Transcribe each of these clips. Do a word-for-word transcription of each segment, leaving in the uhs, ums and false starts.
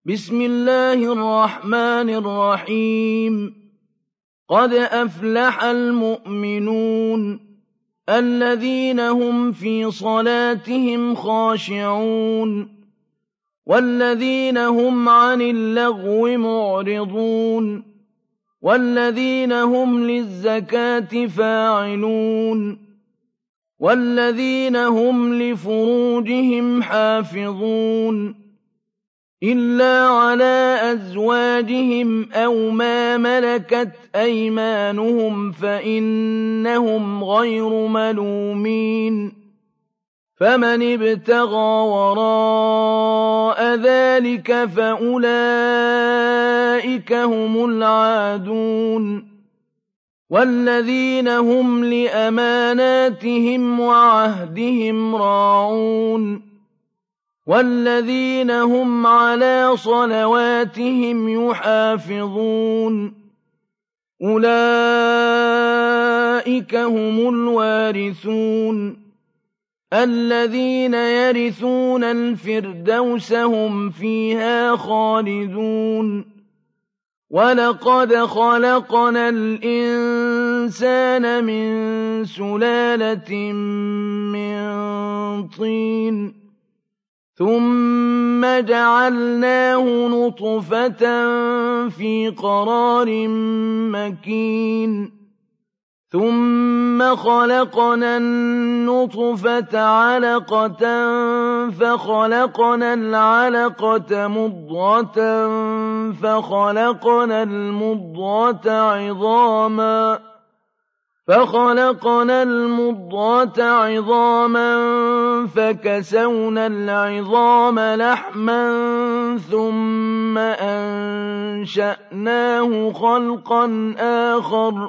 بسم الله الرحمن الرحيم قد أفلح المؤمنون الذين هم في صلاتهم خاشعون والذين هم عن اللغو معرضون والذين هم للزكاة فاعلون والذين هم لفروجهم حافظون إلا على أزواجهم أو ما ملكت أيمانهم فإنهم غير ملومين فمن ابتغى وراء ذلك فأولئك هم العادون والذين هم لأماناتهم وعهدهم راعون والذين هم على صلواتهم يحافظون أولئك هم الوارثون الذين يرثون الفردوس هم فيها خالدون ولقد خلقنا الإنسان من سلالة من طين ثم جعلناه نطفة في قرار مكين ثم خلقنا النطفة علقة فخلقنا العلقة مضغة فخلقنا المضغة عظاما فخلقنا المضغة عظاما فكسونا العظام لحما ثم أنشأناه خلقا آخر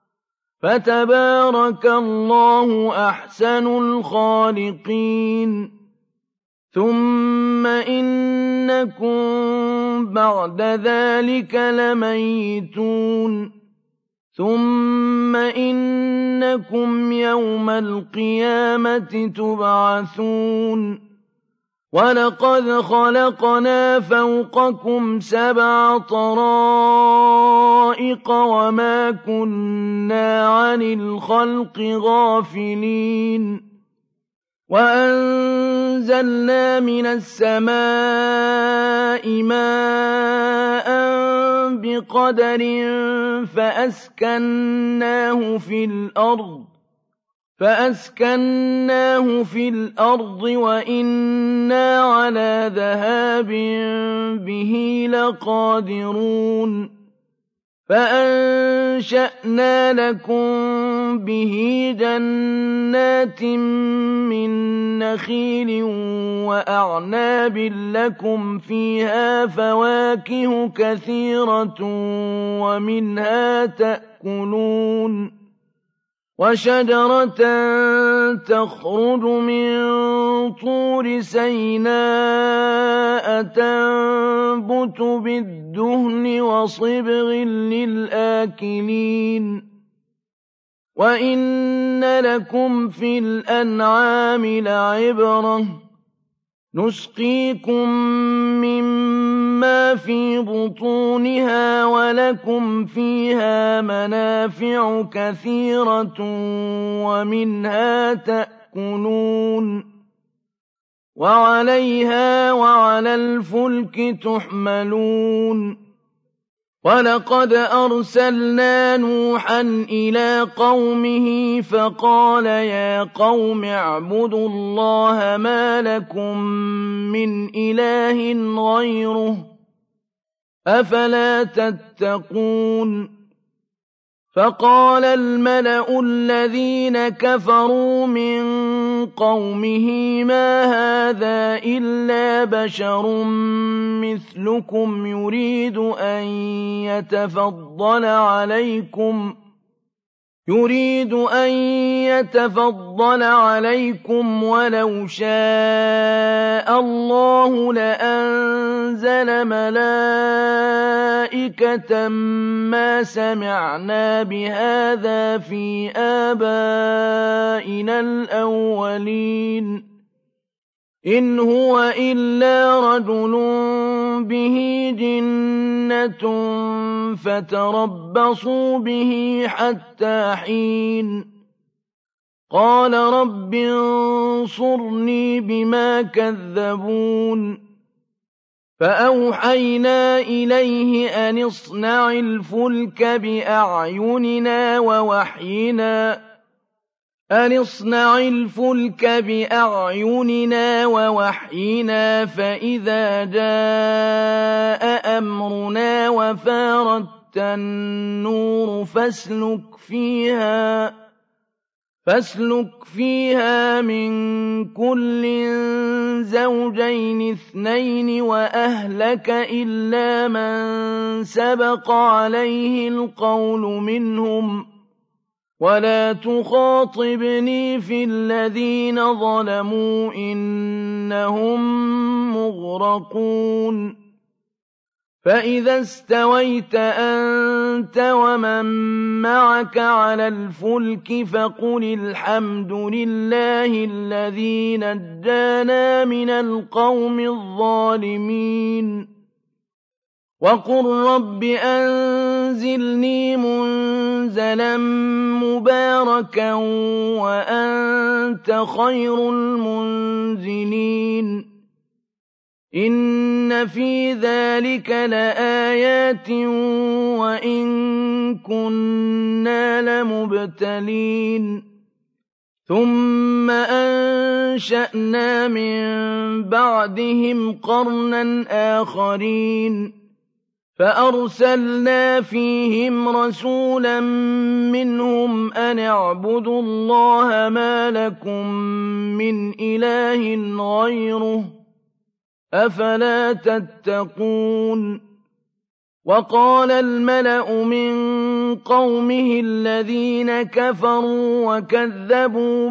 فتبارك الله أحسن الخالقين ثم إنكم بعد ذلك لميتون ثم إنكم يوم القيامة تبعثون ولقد خلقنا فوقكم سبع طرائق وما كنا عن الخلق غافلين وأنزلنا من السماء ماء بقدر فأسكناه في الأرض فأسكناه في الأرض وإنا على ذهاب به لقادرون فأنشأنا لكم به جنات من نخيل وأعناب لكم فيها فواكه كثيرة ومنها تأكلون وشجرة تخرج من طور سيناء تنبت بالدهن وصبغ للآكلين وإن لكم في الأنعام لعبرة نسقيكم مما في بطونها ولكم فيها منافع كثيرة ومنها تأكلون وعليها وعلى الفلك تحملون ولقد أرسلنا نوحا إلى قومه فقال يا قوم اعبدوا الله ما لكم من إله غيره أفلا تتقون فقال الملأ الذين كفروا من قومه ما هذا إلا بشر مثلكم يريد أن يتفضل عليكم يريد أن يتفضل عليكم ولو شاء الله لأنزل ملائكة ما سمعنا بهذا في آبائنا الأولين إن هو إلا رجل به بَاقِيَةٌ فَتَرَبَّصُوا بِهِ حَتَّىٰ حِينٍ قَالَ رَبِّ انصُرْنِي بِمَا كَذَّبُونِ فَأَوْحَيْنَا إِلَيْهِ أَنِ اصْنَعِ الْفُلْكَ بِأَعْيُنِنَا وَوَحْيِنَا أَنِ اصْنَعِ الْفُلْكَ بِأَعْيُنِنَا وَوَحْيِنَا فَإِذَا جَاءَ أَمْرُنَا وَفَارَتِ النُّورُ فَاسْلُكْ فِيهَا فاسلك فيها مِن كُلٍّ زَوْجَيْنِ اثْنَيْنِ وَأَهْلَكَ إِلَّا مَن سَبَقَ عَلَيْهِ الْقَوْلُ مِنْهُمْ وَلَا تُخَاطِبْنِي فِي الَّذِينَ ظَلَمُوا إِنَّهُم مُّغْرَقُونَ فَإِذَا اسْتَوَيْتَ أَنتَ وَمَن مَّعَكَ عَلَى الْفُلْكِ فَقُلِ الْحَمْدُ لِلَّهِ الَّذِي نَجَّانَا مِنَ الْقَوْمِ الظَّالِمِينَ وَقُل رَّبِّ أَنزِلْنِي مُنزَلًا مُّبَارَكًا وَأَنتَ خَيْرُ الْمُنزِلِينَ إِنَّ فِي ذَٰلِكَ لَآيَاتٍ وَإِن كُنَّا لَمُبْتَلِينَ ثُمَّ أَنشَأْنَا مِن بَعْدِهِمْ قَرْنًا آخَرِينَ فَأَرْسَلْنَا فِيهِمْ رَسُولًا مِّنْهُمْ أَنِ اعْبُدُوا اللَّهَ مَا لَكُم مِّنْ إِلَٰهٍ غَيْرُهُ ۖ أَفَلَا تَتَّقُونَ وَقَالَ الْمَلَأُ مِن قَوْمِهِ الَّذِينَ كَفَرُوا وَكَذَّبُوا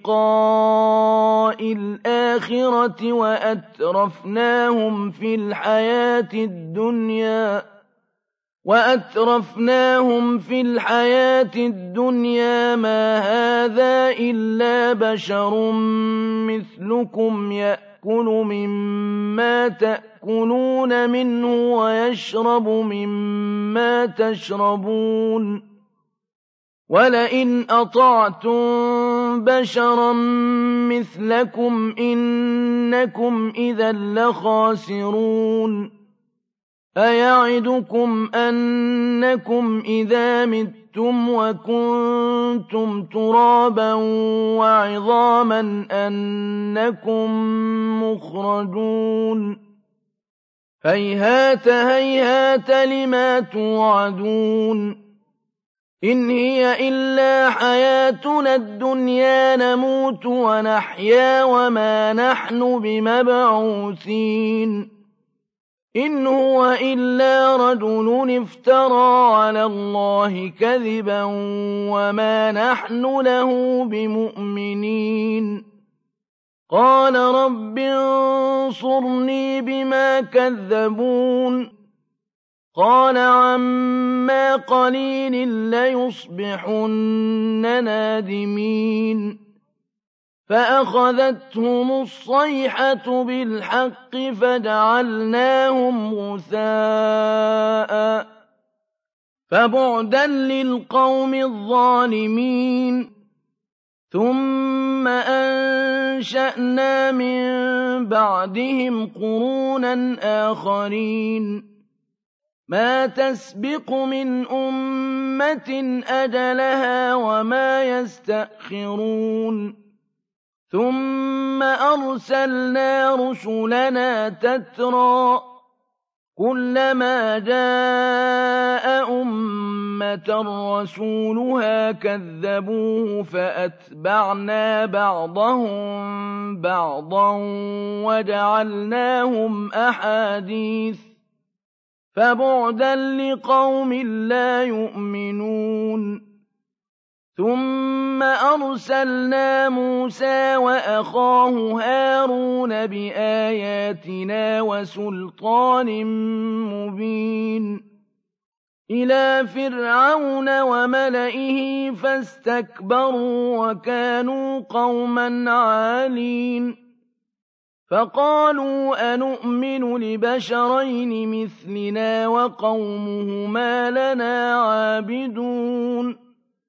بِلِقَاءِ الْآخِرَةِ وَأَتْرَفْنَاهُمْ فِي الْحَيَاةِ الدُّنْيَا وَأَتْرَفْنَاهُمْ فِي الْحَيَاةِ الدُّنْيَا مَا هَٰذَا إِلَّا بَشَرٌ مِّثْلُكُمْ يَأْكُلُ مِمَّا تَأْكُلُونَ مِنْهُ وَيَشْرَبُ مِمَّا تَشْرَبُونَ وَلَئِنْ أَطَعْتُم بَشَرًا مِّثْلَكُمْ إِنَّكُمْ إِذًا لَّخَاسِرُونَ أَيَعِدُكُمْ أَنَّكُمْ إِذَا مِتُّمْ وَكُنتُمْ تُرَابًا وَعِظَامًا أَنَّكُم مُّخْرَجُونَ هَيْهَاتَ هَيْهَاتَ لِمَا تُوعَدُونَ إِنْ هِيَ إِلَّا حَيَاتُنَا الدُّنْيَا نَمُوتُ وَنَحْيَا وَمَا نَحْنُ بِمَبْعُوثِينَ إِنْ هُوَ إِلَّا رَجُلٌ افْتَرَىٰ عَلَى اللَّهِ كَذِبًا وَمَا نَحْنُ لَهُ بِمُؤْمِنِينَ قَالَ رَبِّ انصُرْنِي بِمَا كَذَّبُونِ قَالَ عَمَّا قَلِيلٍ لَّيُصْبِحُنَّ نَادِمِينَ فَأَخَذَتْهُمُ الصَّيْحَةُ بِالْحَقِّ فَجَعَلْنَاهُمْ غُثَاءً ۚ فَبُعْدًا لِّلْقَوْمِ الظَّالِمِينَ ثُمَّ أَنشَأْنَا مِن بَعْدِهِمْ قُرُونًا آخَرِينَ مَا تَسْبِقُ مِنْ أُمَّةٍ أَجَلَهَا وَمَا يَسْتَأْخِرُونَ ثُمَّ أَرْسَلْنَا رُسُلَنَا تَتْرَىٰ ۖ كُلَّمَا جَاءَ أُمَّةً رَّسُولُهَا كَذَّبُوهُ فَأَتْبَعْنَا بَعْضَهُم بَعْضًا وَجَعَلْنَاهُمْ أَحَادِيثَ ۚ فَبُعْدًا لِّقَوْمٍ لَّا يُؤْمِنُونَ ثُمَّ أَرْسَلْنَا مُوسَىٰ وَأَخَاهُ هَارُونَ بِآيَاتِنَا وَسُلْطَانٍ مُّبِينٍ إِلَىٰ فِرْعَوْنَ وَمَلَئِهِ فَاسْتَكْبَرُوا وَكَانُوا قَوْمًا عَالِينَ فقالوا أنؤمن لبشرين مثلنا وقومهما لنا عابدون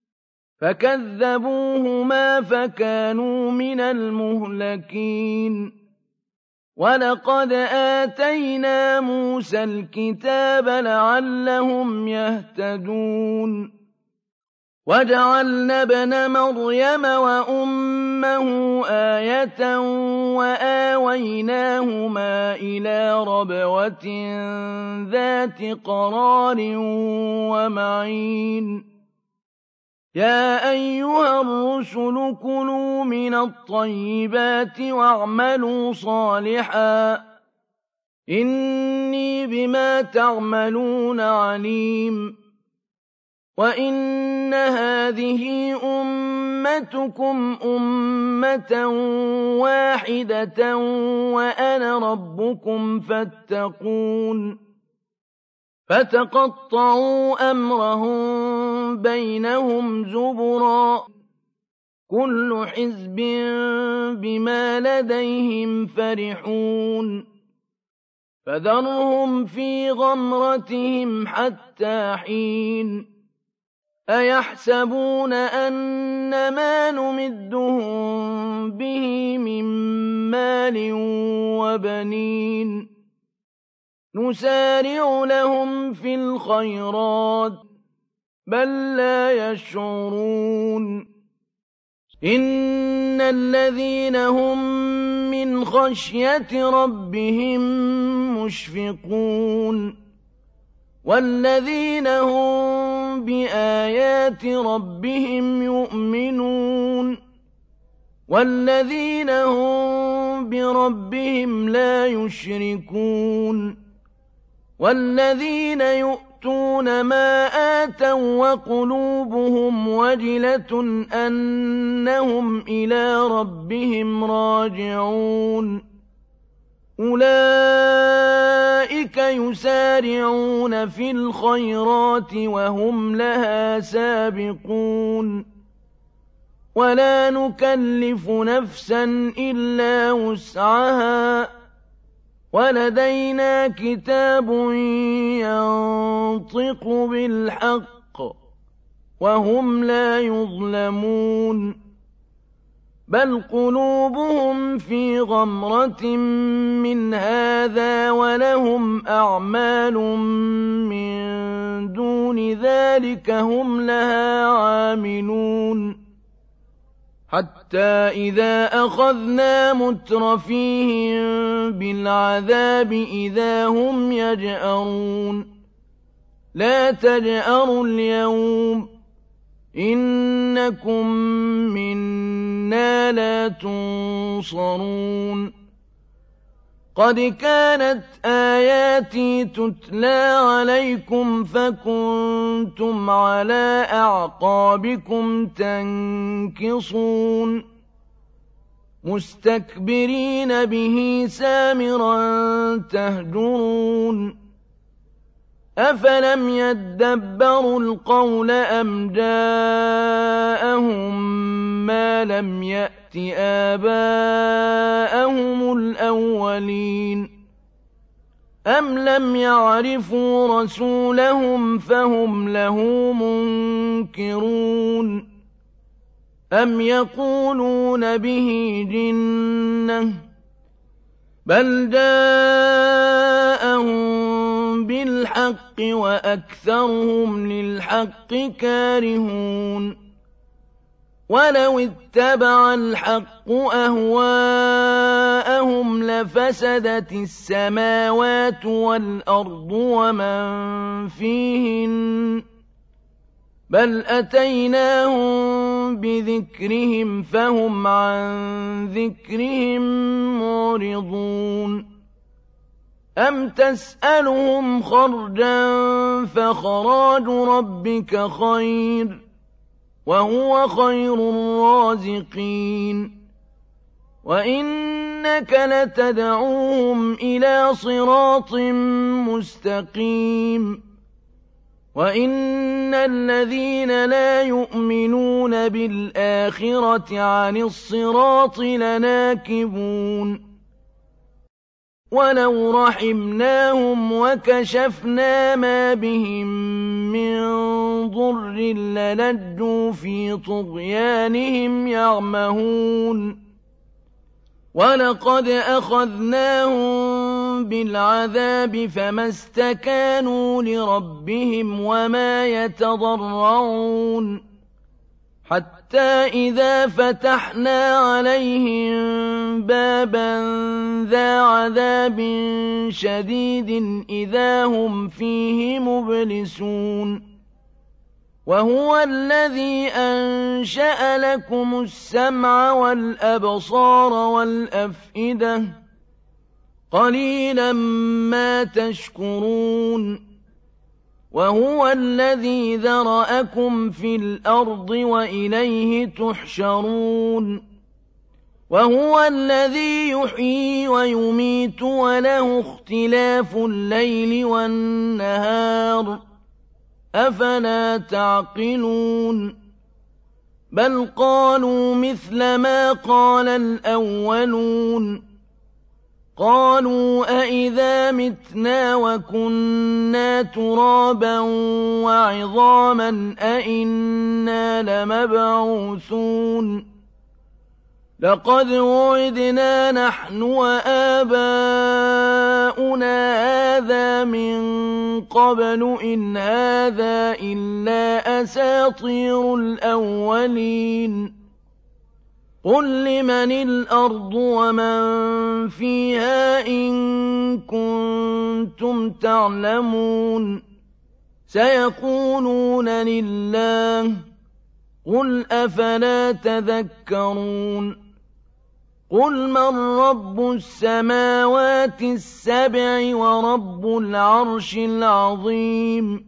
فكذبوهما فكانوا من المهلكين ولقد آتينا موسى الكتاب لعلهم يهتدون وجعلنا ابن مريم وأمه آية وآويناهما إلى ربوة ذات قرار ومعين يا أيها الرسل كلوا من الطيبات واعملوا صالحا إني بما تعملون عليم وإن هذه أمتكم أمة واحدة وأنا ربكم فاتقون فتقطعوا أمرهم بينهم زبرا كل حزب بما لديهم فرحون فذرهم في غمرتهم حتى حين أيحسبون أن ما نمدهم به من مال وبنين نسارع لهم في الخيرات بل لا يشعرون إن الذين هم من خشية ربهم مشفقون والذين هم بآيات ربهم يؤمنون والذين هم بربهم لا يشركون والذين يؤتون ما آتوا وقلوبهم وجلة أنهم إلى ربهم راجعون أولئك يسارعون في الخيرات وهم لها سابقون ولا نكلف نفسا إلا وسعها ولدينا كتاب ينطق بالحق وهم لا يظلمون بل قلوبهم في غمرة من هذا ولهم أعمال من دون ذلك هم لها عاملون حتى إذا أخذنا مترفيهم بالعذاب إذا هم يجأرون لا تجأروا اليوم إنكم منا لا تنصرون قد كانت آياتي تتلى عليكم فكنتم على أعقابكم تنكصون مستكبرين به سامرا تهجرون أفلم يدبروا القول أم جاءهم ما لم يأت آباءهم الأولين أم لم يعرفوا رسولهم فهم له منكرون أم يقولون به جنة بل جاءهم بالحق وأكثرهم للحق كارهون ولو اتبع الحق أهواءهم لفسدت السماوات والأرض ومن فيهن بل أتيناهم بذكرهم فهم عن ذكرهم معرضون أم تسألهم خرجا فخراج ربك خير وهو خير الرازقين وإنك لتدعوهم إلى صراط مستقيم وإن الذين لا يؤمنون بالآخرة عن الصراط لناكبون وَلَوْ رَحِمْنَاهُمْ وَكَشَفْنَا مَا بِهِم مِّن ضُرٍّ لَّلَجُّوا فِي طُغْيَانِهِمْ يَعْمَهُونَ وَلَقَدْ أَخَذْنَاهُم بِالْعَذَابِ فَمَا اسْتَكَانُوا لِرَبِّهِمْ وَمَا يَتَضَرَّعُونَ حَتَّىٰ إِذَا فَتَحْنَا عَلَيْهِم بَابًا ذَا عَذَابٍ شَدِيدٍ إِذَا هُمْ فِيهِ مُبْلِسُونَ وَهُوَ الَّذِي أَنشَأَ لَكُمُ السَّمْعَ وَالْأَبْصَارَ وَالْأَفْئِدَةَ ۚ قَلِيلًا مَّا تَشْكُرُونَ وَهُوَ الَّذِي ذَرَأَكُمْ فِي الْأَرْضِ وَإِلَيْهِ تُحْشَرُونَ وَهُوَ الَّذِي يُحْيِي وَيُمِيتُ وَلَهُ اخْتِلَافُ اللَّيْلِ وَالنَّهَارِ ۚ أَفَلَا تَعْقِلُونَ بَلْ قَالُوا مِثْلَ مَا قَالَ الْأَوَّلُونَ قَالُوا أَإِذَا مِتْنَا وَكُنَّا تُرَابًا وَعِظَامًا أَإِنَّا لَمَبْعُوثُونَ لَقَدْ وُعِدْنَا نَحْنُ وَآبَاؤُنَا هَٰذَا مِن قَبْلُ إِنْ هَٰذَا إِلَّا أَسَاطِيرُ الْأَوَّلِينَ قُل لِّمَنِ الْأَرْضُ وَمَن فِيهَا إِن كُنتُمْ تَعْلَمُونَ سَيَقُولُونَ لِلَّهِ قُلْ أَفَلَا تَذَكَّرُونَ قُلْ مَن رَّبُّ السَّمَاوَاتِ السَّبْعِ وَرَبُّ الْعَرْشِ الْعَظِيمِ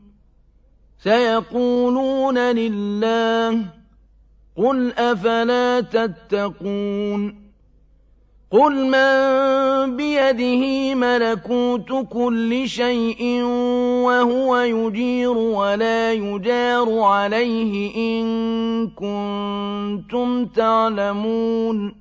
سَيَقُولُونَ لِلَّهِ قُلْ أَفَلَا تَتَّقُونَ قُلْ مَن بِيَدِهِ مَلَكُوتُ كُلِّ شَيْءٍ وَهُوَ يُجِيرُ وَلَا يُجَارُ عَلَيْهِ إِن كُنتُمْ تَعْلَمُونَ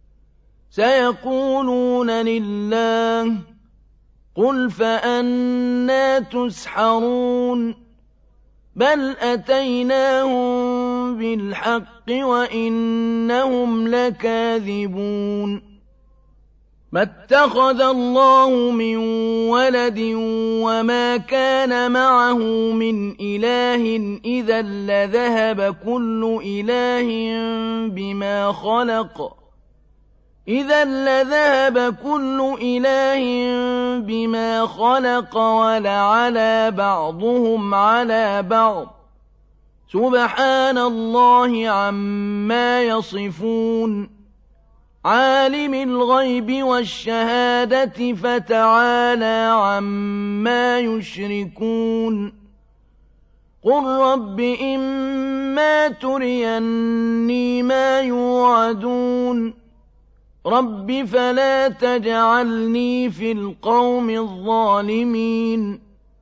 سَيَقُولُونَ لِلَّهِ قُلْ فَأَنَّىٰ تُسْحَرُونَ بَلْ أَتَيْنَاهُم بِالْحَقِّ وَإِنَّهُمْ لَكَاذِبُونَ مَا اتَّخَذَ اللَّهُ مِن وَلَدٍ وَمَا كَانَ مَعَهُ مِنْ إِلَٰهٍ إِذًا لَّذَهَبَ كُلُّ إِلَٰهٍ بِمَا خَلَقَ إِذًا لَّذَهَبَ كُلُّ إِلَٰهٍ بِمَا خَلَقَ وَلَعَلَا بَعْضُهُمْ عَلَىٰ بَعْضٍ سُبْحَانَ اللَّهِ عَمَّا يَصِفُونَ عَالِمِ الْغَيْبِ وَالشَّهَادَةِ فَتَعَالَىٰ عَمَّا يُشْرِكُونَ قُل رَّبِّ إِمَّا تُرِيَنِّي مَا يُوعَدُونَ رَبِّ فَلَا تَجْعَلْنِي فِي الْقَوْمِ الظَّالِمِينَ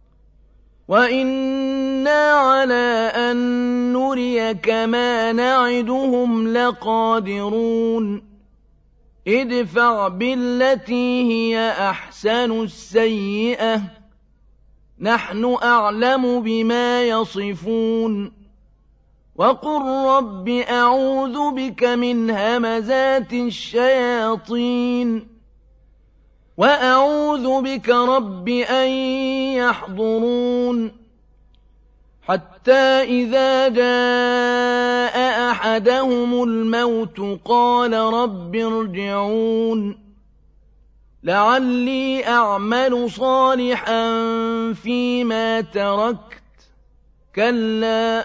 وَإِنَّا عَلَىٰ أَن نُّرِيَكَ مَا نَعِدُهُمْ لَقَادِرُونَ ادْفَعْ بِالَّتِي هِيَ أَحْسَنُ السَّيِّئَةَ نَحْنُ أَعْلَمُ بِمَا يَصِفُونَ وَقُل رَّبِّ أَعُوذُ بِكَ مِنْ هَمَزَاتِ الشَّيَاطِينِ وَأَعُوذُ بِكَ رَبِّ أَن يَحْضُرُونِ حَتَّىٰ إِذَا جَاءَ أَحَدَهُمُ الْمَوْتُ قَالَ رَبِّ ارْجِعُونِ لَعَلِّي أَعْمَلُ صَالِحًا فِيمَا تَرَكْتُ كَلَّا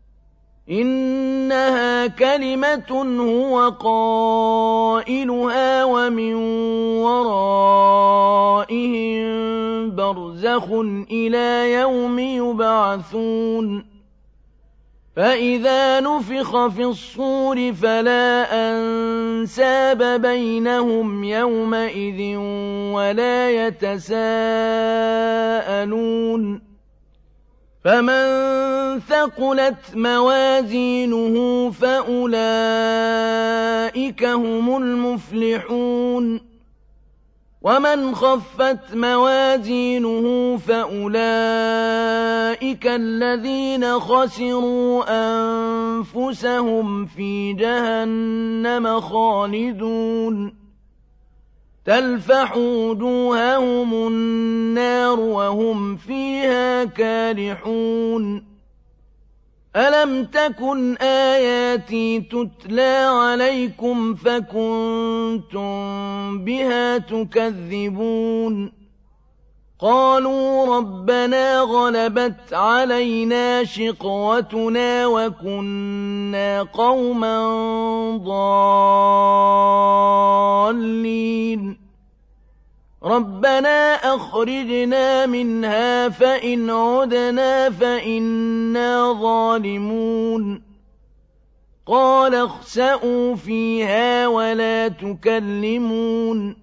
إِنَّهَا كَلِمَةٌ هُوَ قَائِلُهَا وَمِن وَرَائِهِم بَرْزَخٌ إِلَىٰ يَوْمِ يُبْعَثُونَ فَإِذَا نُفِخَ فِي الصُّورِ فَلَا أَنسَابَ بَيْنَهُمْ يَوْمَئِذٍ وَلَا يَتَسَاءَلُونَ فَمَن ثَقُلَتْ مَوَازِينُهُ فَأُولَٰئِكَ هُمُ الْمُفْلِحُونَ ومن خفت موازينه فأولئك الذين خسروا أنفسهم في جهنم خالدون تلفح وجوههم النار وهم فيها كالحون ألم تكن آياتي تتلى عليكم فكنتم بها تكذبون قالوا ربنا غلبت علينا شقوتنا وكنا قوما ضالين ربنا أخرجنا منها فإن عدنا فإنا ظالمون قال اخسئوا فيها ولا تكلمون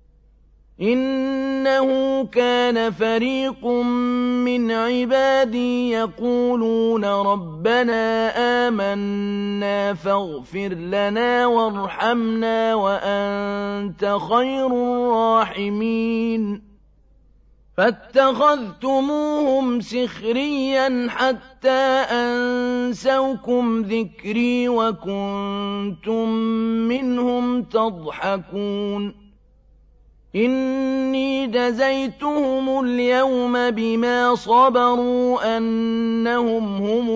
إنه كان فريق من عبادي يقولون ربنا آمنا فاغفر لنا وارحمنا وأنت خير الراحمين فاتخذتموهم سخريا حتى أنسوكم ذكري وكنتم منهم تضحكون إني جزيتهم اليوم بما صبروا أنهم هم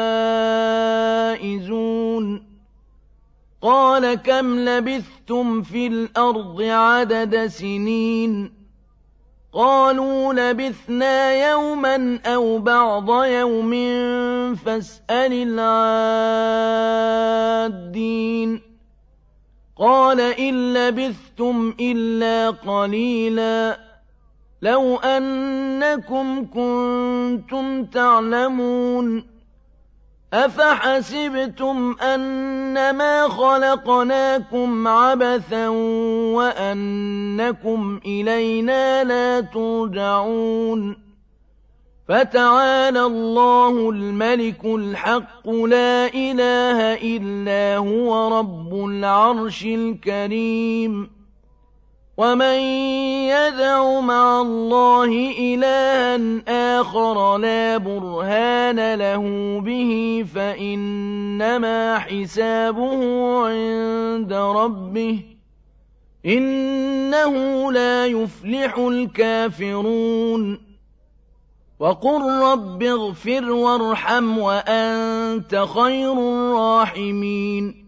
الفائزون قال كم لبثتم في الأرض عدد سنين قالوا لبثنا يوما أو بعض يوم فاسأل العادين قال إن لبثتم إلا قليلا لو أنكم كنتم تعلمون أفحسبتم أنما خلقناكم عبثا وأنكم إلينا لا ترجعون فتعالى الله الملك الحق لا إله إلا هو رب العرش الكريم ومن يدع مع الله إلها آخر لا برهان له به فإنما حسابه عند ربه إنه لا يفلح الكافرون وقل رب اغفر وارحم وأنت خير الراحمين